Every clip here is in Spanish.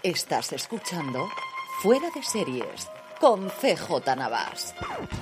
Estás escuchando Fuera de Series con CJ Navas.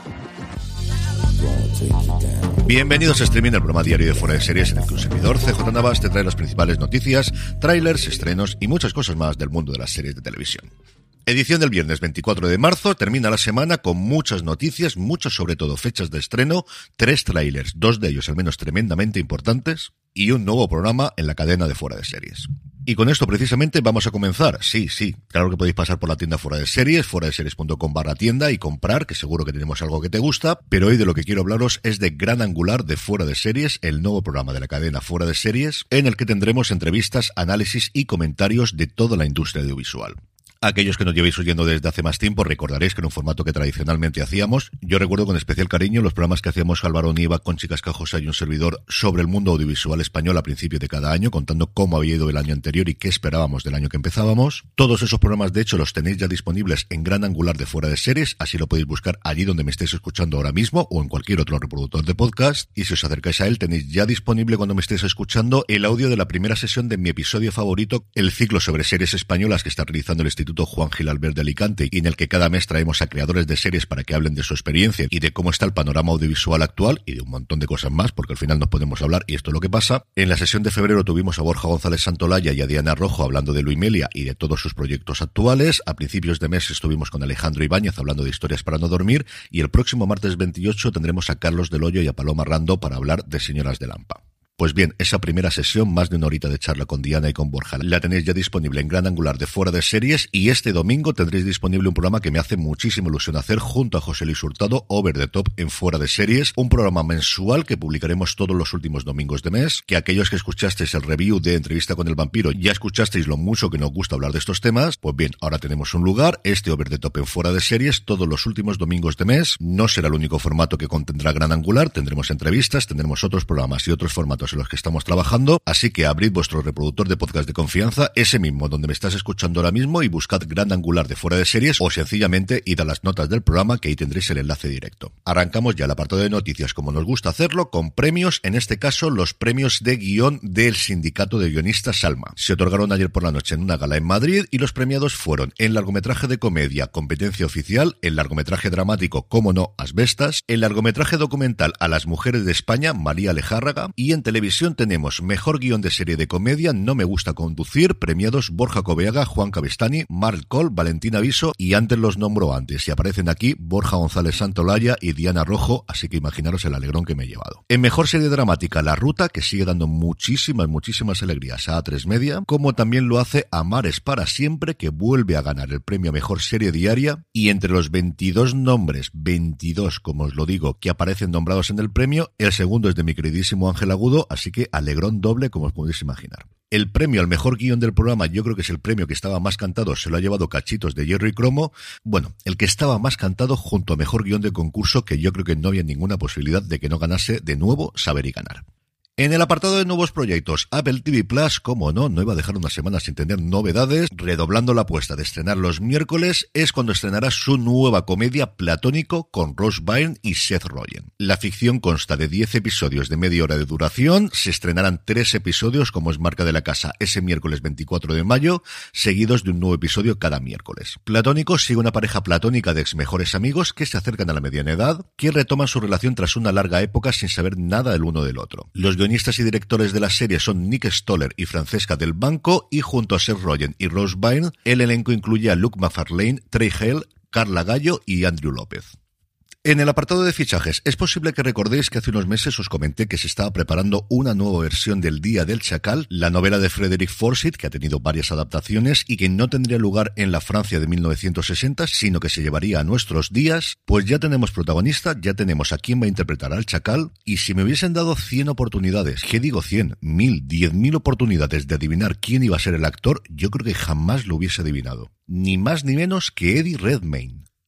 Bienvenidos a Streaming, el programa diario de Fuera de Series en el que un servidor, CJ Navas, te trae las principales noticias, trailers, estrenos y muchas cosas más del mundo de las series de televisión. Edición del viernes 24 de marzo, termina la semana con muchas noticias, muchas sobre todo fechas de estreno, 3 trailers, 2 de ellos al menos tremendamente importantes, y un nuevo programa en la cadena de Fuera de Series. Y con esto precisamente vamos a comenzar. Sí, claro que podéis pasar por la tienda Fuera de Series, fueradeseries.com/tienda y comprar, que seguro que tenemos algo que te gusta, pero hoy de lo que quiero hablaros es de Gran Angular de Fuera de Series, el nuevo programa de la cadena Fuera de Series, en el que tendremos entrevistas, análisis y comentarios de toda la industria audiovisual. Aquellos que nos llevéis oyendo desde hace más tiempo recordaréis que era un formato que tradicionalmente hacíamos. Yo recuerdo con especial cariño los programas que hacíamos Álvaro Nieva, Conchi Cascajosa y un servidor sobre el mundo audiovisual español a principio de cada año, contando cómo había ido el año anterior y qué esperábamos del año que empezábamos. Todos esos programas, de hecho, los tenéis ya disponibles en Gran Angular de Fuera de Series, así lo podéis buscar allí donde me estéis escuchando ahora mismo o en cualquier otro reproductor de podcast. Y si os acercáis a él, tenéis ya disponible cuando me estéis escuchando el audio de la primera sesión de mi episodio favorito, el ciclo sobre series españolas que está realizando el Instituto Juan Gil Albert de Alicante, y en el que cada mes traemos a creadores de series para que hablen de su experiencia y de cómo está el panorama audiovisual actual y de un montón de cosas más, porque al final nos podemos hablar y esto es lo que pasa. En la sesión de febrero tuvimos a Borja González Santolaya y a Diana Rojo hablando de Luimelia y de todos sus proyectos actuales. A principios de mes estuvimos con Alejandro Ibáñez hablando de historias para no dormir, y el próximo martes 28 tendremos a Carlos Del Hoyo y a Paloma Rando para hablar de Señoras de Lampa. Pues bien, esa primera sesión, más de una horita de charla con Diana y con Borja, la tenéis ya disponible en Gran Angular de Fuera de Series, y este domingo tendréis disponible un programa que me hace muchísima ilusión hacer junto a José Luis Hurtado, Over the Top en Fuera de Series, un programa mensual que publicaremos todos los últimos domingos de mes, que aquellos que escuchasteis el review de Entrevista con el Vampiro ya escuchasteis lo mucho que nos gusta hablar de estos temas. Pues bien, ahora tenemos un lugar, este Over the Top en Fuera de Series, todos los últimos domingos de mes. No será el único formato que contendrá Gran Angular, tendremos entrevistas, tendremos otros programas y otros formatos en los que estamos trabajando, así que abrid vuestro reproductor de podcast de confianza, ese mismo donde me estás escuchando ahora mismo, y buscad Gran Angular de Fuera de Series, o sencillamente id a las notas del programa, que ahí tendréis el enlace directo. Arrancamos ya el apartado de noticias como nos gusta hacerlo, con premios, en este caso los premios de guión del Sindicato de Guionistas Salma. Se otorgaron ayer por la noche en una gala en Madrid, y los premiados fueron en largometraje de comedia, Competencia Oficial, en largometraje dramático, Cómo no, Asbestas, en largometraje documental A las Mujeres de España, María Lejárraga, y en televisión tenemos Mejor Guión de Serie de Comedia, No me gusta conducir, premiados Borja Coveaga, Juan Cabestany, Marc Col, Valentina Viso, y antes los nombro antes, y aparecen aquí Borja González Santolaya y Diana Rojo, así que imaginaros el alegrón que me he llevado. En Mejor Serie Dramática, La Ruta, que sigue dando muchísimas alegrías a A3 Media, como también lo hace Amar es para siempre, que vuelve a ganar el premio a Mejor Serie Diaria, y entre los 22 nombres, 22 como os lo digo, que aparecen nombrados en el premio, el segundo es de mi queridísimo Ángel Agudo, así que alegrón doble, como os podéis imaginar. El premio al mejor guión del programa, yo creo que es el premio que estaba más cantado, se lo ha llevado Cachitos de Hierro y Cromo. Bueno, el que estaba más cantado junto a mejor guión de concurso, que yo creo que no había ninguna posibilidad de que no ganase de nuevo Saber y Ganar. En el apartado de nuevos proyectos, Apple TV Plus, como no iba a dejar una semana sin tener novedades, redoblando la apuesta de estrenar los miércoles, es cuando estrenará su nueva comedia Platónico con Ross Byrne y Seth Rogen. La ficción consta de 10 episodios de media hora de duración, se estrenarán 3 episodios, como es marca de la casa, ese miércoles 24 de mayo, seguidos de un nuevo episodio cada miércoles. Platónico sigue una pareja platónica de ex mejores amigos que se acercan a la mediana edad, que retoman su relación tras una larga época sin saber nada el uno del otro. Los guionistas y directores de la serie son Nick Stoller y Francesca Del Banco, y junto a Seth Rogen y Ross Byrne, el elenco incluye a Luke McFarlane, Trey Hale, Carla Gallo y Andrew López. En el apartado de fichajes, es posible que recordéis que hace unos meses os comenté que se estaba preparando una nueva versión del Día del Chacal, la novela de Frederick Forsyth, que ha tenido varias adaptaciones y que no tendría lugar en la Francia de 1960, sino que se llevaría a nuestros días. Pues ya tenemos protagonista, ya tenemos a quién va a interpretar al Chacal, y si me hubiesen dado 100 oportunidades, ¿qué digo 100? 1000, 10.000 oportunidades de adivinar quién iba a ser el actor, yo creo que jamás lo hubiese adivinado. Ni más ni menos que Eddie Redmayne.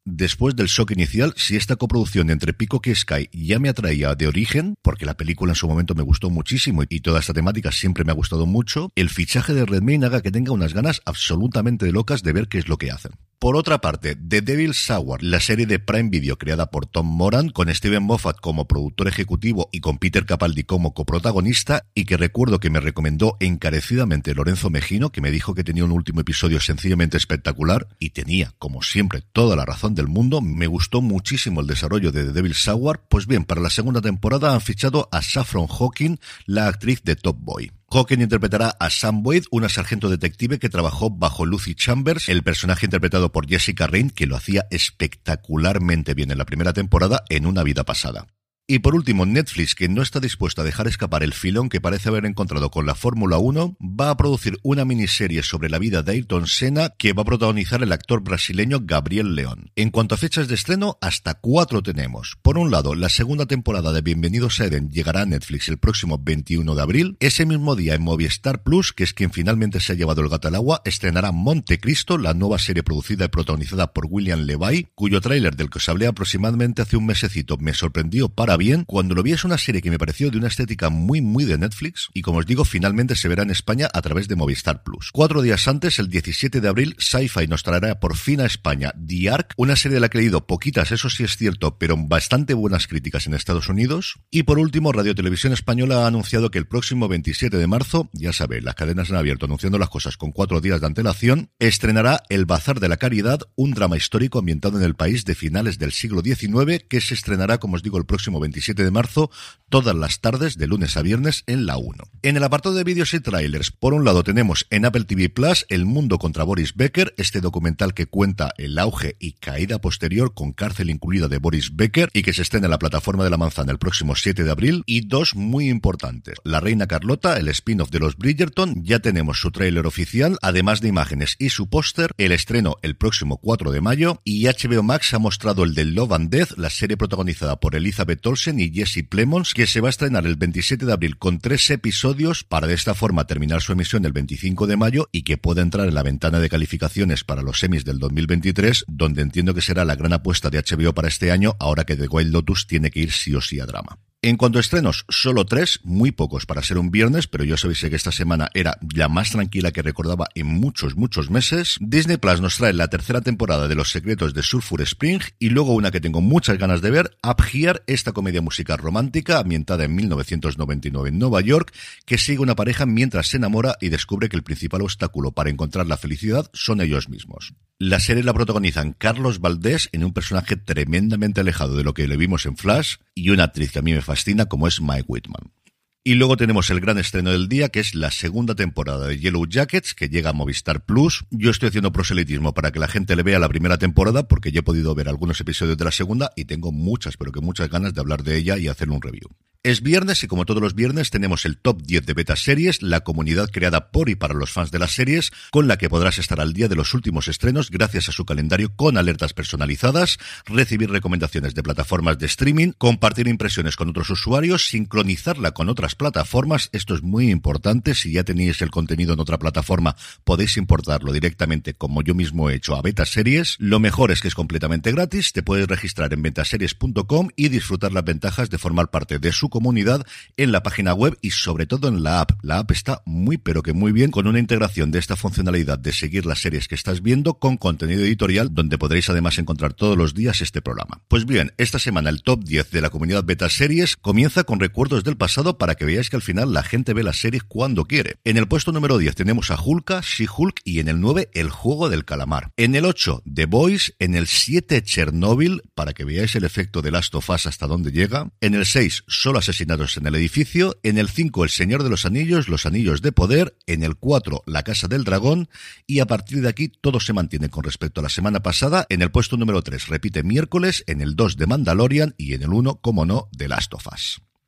después del shock inicial, si esta coproducción entre Peacock y Sky ya me atraía de origen, porque la película en su momento me gustó muchísimo y toda esta temática siempre me ha gustado mucho, el fichaje de Redmayne haga que tenga unas ganas absolutamente locas de ver qué es lo que hacen. Por otra parte, The Devil's Hour, la serie de Prime Video creada por Tom Moran, con Steven Moffat como productor ejecutivo y con Peter Capaldi como coprotagonista, y que recuerdo que me recomendó encarecidamente Lorenzo Mejino, que me dijo que tenía un último episodio sencillamente espectacular, y tenía, como siempre, toda la razón del mundo. Me gustó muchísimo el desarrollo de The Devil's Hour. Pues bien, para la segunda temporada han fichado a Saffron Hawking, la actriz de Top Boy. Hawking interpretará a Sam Boyd, una sargento detective que trabajó bajo Lucy Chambers, el personaje interpretado por Jessica Raine, que lo hacía espectacularmente bien en la primera temporada en Una vida pasada. Y por último, Netflix, que no está dispuesto a dejar escapar el filón que parece haber encontrado con la Fórmula 1, va a producir una miniserie sobre la vida de Ayrton Senna que va a protagonizar el actor brasileño Gabriel León. En cuanto a fechas de estreno, hasta 4 tenemos. Por un lado, la segunda temporada de Bienvenidos a Eden llegará a Netflix el próximo 21 de abril. Ese mismo día en Movistar Plus, que es quien finalmente se ha llevado el gato al agua, estrenará Montecristo, la nueva serie producida y protagonizada por William Levy, cuyo tráiler del que os hablé aproximadamente hace un mesecito me sorprendió para bien. Cuando lo vi, es una serie que me pareció de una estética muy de Netflix, y como os digo, finalmente se verá en España a través de Movistar Plus. 4 días antes, el 17 de abril, Sci-Fi nos traerá por fin a España The Ark, una serie de la que he leído poquitas, eso sí es cierto, pero bastante buenas críticas en Estados Unidos. Y por último, Radio Televisión Española ha anunciado que el próximo 27 de marzo, ya sabéis, las cadenas han abierto anunciando las cosas con 4 días de antelación, estrenará El Bazar de la Caridad, un drama histórico ambientado en el país de finales del siglo XIX, que se estrenará, como os digo, el próximo 27 de marzo, todas las tardes de lunes a viernes en la 1. En el apartado de vídeos y trailers, por un lado tenemos en Apple TV Plus El mundo contra Boris Becker, este documental que cuenta el auge y caída posterior con cárcel incluida de Boris Becker y que se estrena en la plataforma de La Manzana el próximo 7 de abril. Y dos muy importantes: La Reina Carlota, el spin-off de los Bridgerton, ya tenemos su tráiler oficial, además de imágenes y su póster, el estreno el próximo 4 de mayo, y HBO Max ha mostrado el de Love and Death, la serie protagonizada por Elizabeth Olsen y Jesse Plemons, que se va a estrenar el 27 de abril con 3 episodios para de esta forma terminar su emisión el 25 de mayo y que pueda entrar en la ventana de calificaciones para los Emmys del 2023, donde entiendo que será la gran apuesta de HBO para este año, ahora que The White Lotus tiene que ir sí o sí a drama. En cuanto a estrenos, solo 3, muy pocos para ser un viernes, pero yo sabéis que esta semana era la más tranquila que recordaba en muchos meses. Disney Plus nos trae la tercera temporada de Los secretos de Sulphur Spring y luego una que tengo muchas ganas de ver, Up Here, esta comedia musical romántica ambientada en 1999 en Nueva York, que sigue una pareja mientras se enamora y descubre que el principal obstáculo para encontrar la felicidad son ellos mismos. La serie la protagonizan Carlos Valdés en un personaje tremendamente alejado de lo que le vimos en Flash y una actriz que a mí me fascina como es Mike Whitman. Y luego tenemos el gran estreno del día, que es la segunda temporada de Yellow Jackets, que llega a Movistar Plus. Yo estoy haciendo proselitismo para que la gente le vea la primera temporada, porque ya he podido ver algunos episodios de la segunda y tengo muchas, pero que muchas ganas de hablar de ella y hacer un review. Es viernes y como todos los viernes tenemos el Top 10 de Beta Series, la comunidad creada por y para los fans de las series, con la que podrás estar al día de los últimos estrenos gracias a su calendario con alertas personalizadas, recibir recomendaciones de plataformas de streaming, compartir impresiones con otros usuarios, sincronizarla con otras plataformas. Esto es muy importante. Si ya tenéis el contenido en otra plataforma, podéis importarlo directamente, como yo mismo he hecho, a Beta Series. Lo mejor es que es completamente gratis. Te puedes registrar en betaseries.com y disfrutar las ventajas de formar parte de su comunidad en la página web y sobre todo en la app. La app está muy pero que muy bien, con una integración de esta funcionalidad de seguir las series que estás viendo con contenido editorial, donde podréis además encontrar todos los días este programa. Pues bien, esta semana el Top 10 de la comunidad Beta Series comienza con recuerdos del pasado para que veáis que al final la gente ve las series cuando quiere. En el puesto número 10 tenemos a Hulka, She-Hulk, y en el 9 El Juego del Calamar. En el 8 The Boys, en el 7 Chernobyl, para que veáis el efecto de Last of Us hasta dónde llega. En el 6 Solo asesinados en el edificio. En el 5 El Señor de los Anillos, Los Anillos de Poder. En el 4 La Casa del Dragón. Y a partir de aquí todo se mantiene con respecto a la semana pasada. En el puesto número 3 repite Miércoles. En el 2 The Mandalorian. Y en el 1, como no, The Last of Us.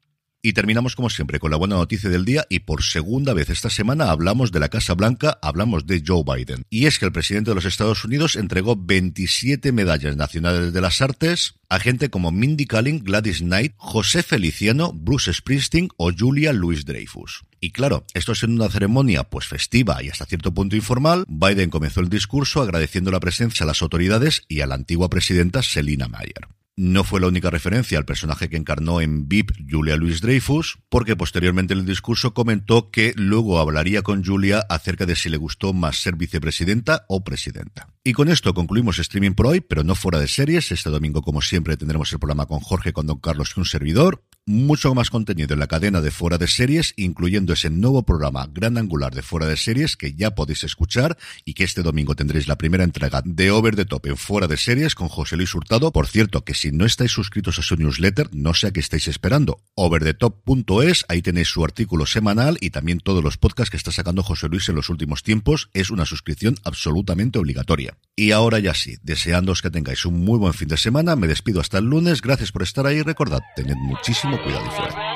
Y terminamos como siempre con la buena noticia del día y por segunda vez esta semana hablamos de la Casa Blanca, hablamos de Joe Biden. Y es que el presidente de los Estados Unidos entregó 27 medallas nacionales de las artes a gente como Mindy Kaling, Gladys Knight, José Feliciano, Bruce Springsteen o Julia Louis-Dreyfus. Y claro, esto siendo una ceremonia pues festiva y hasta cierto punto informal, Biden comenzó el discurso agradeciendo la presencia a las autoridades y a la antigua presidenta Selina Meyer. No fue la única referencia al personaje que encarnó en VIP Julia Louis-Dreyfus, porque posteriormente en el discurso comentó que luego hablaría con Julia acerca de si le gustó más ser vicepresidenta o presidenta. Y con esto concluimos streaming por hoy, pero no fuera de series. Este domingo, como siempre, tendremos el programa con Jorge, con Don Carlos y un servidor. Mucho más contenido en la cadena de Fuera de Series, incluyendo ese nuevo programa Gran Angular de Fuera de Series que ya podéis escuchar y que este domingo tendréis la primera entrega de Over the Top en Fuera de Series con José Luis Hurtado. Por cierto, que si no estáis suscritos a su newsletter, no sé a qué estáis esperando. overthetop.es, ahí tenéis su artículo semanal y también todos los podcasts que está sacando José Luis en los últimos tiempos. Es una suscripción absolutamente obligatoria. Y ahora ya sí, deseándoos que tengáis un muy buen fin de semana, me despido hasta el lunes. Gracias por estar ahí. Recordad, tened muchísimo cuidado y fuera.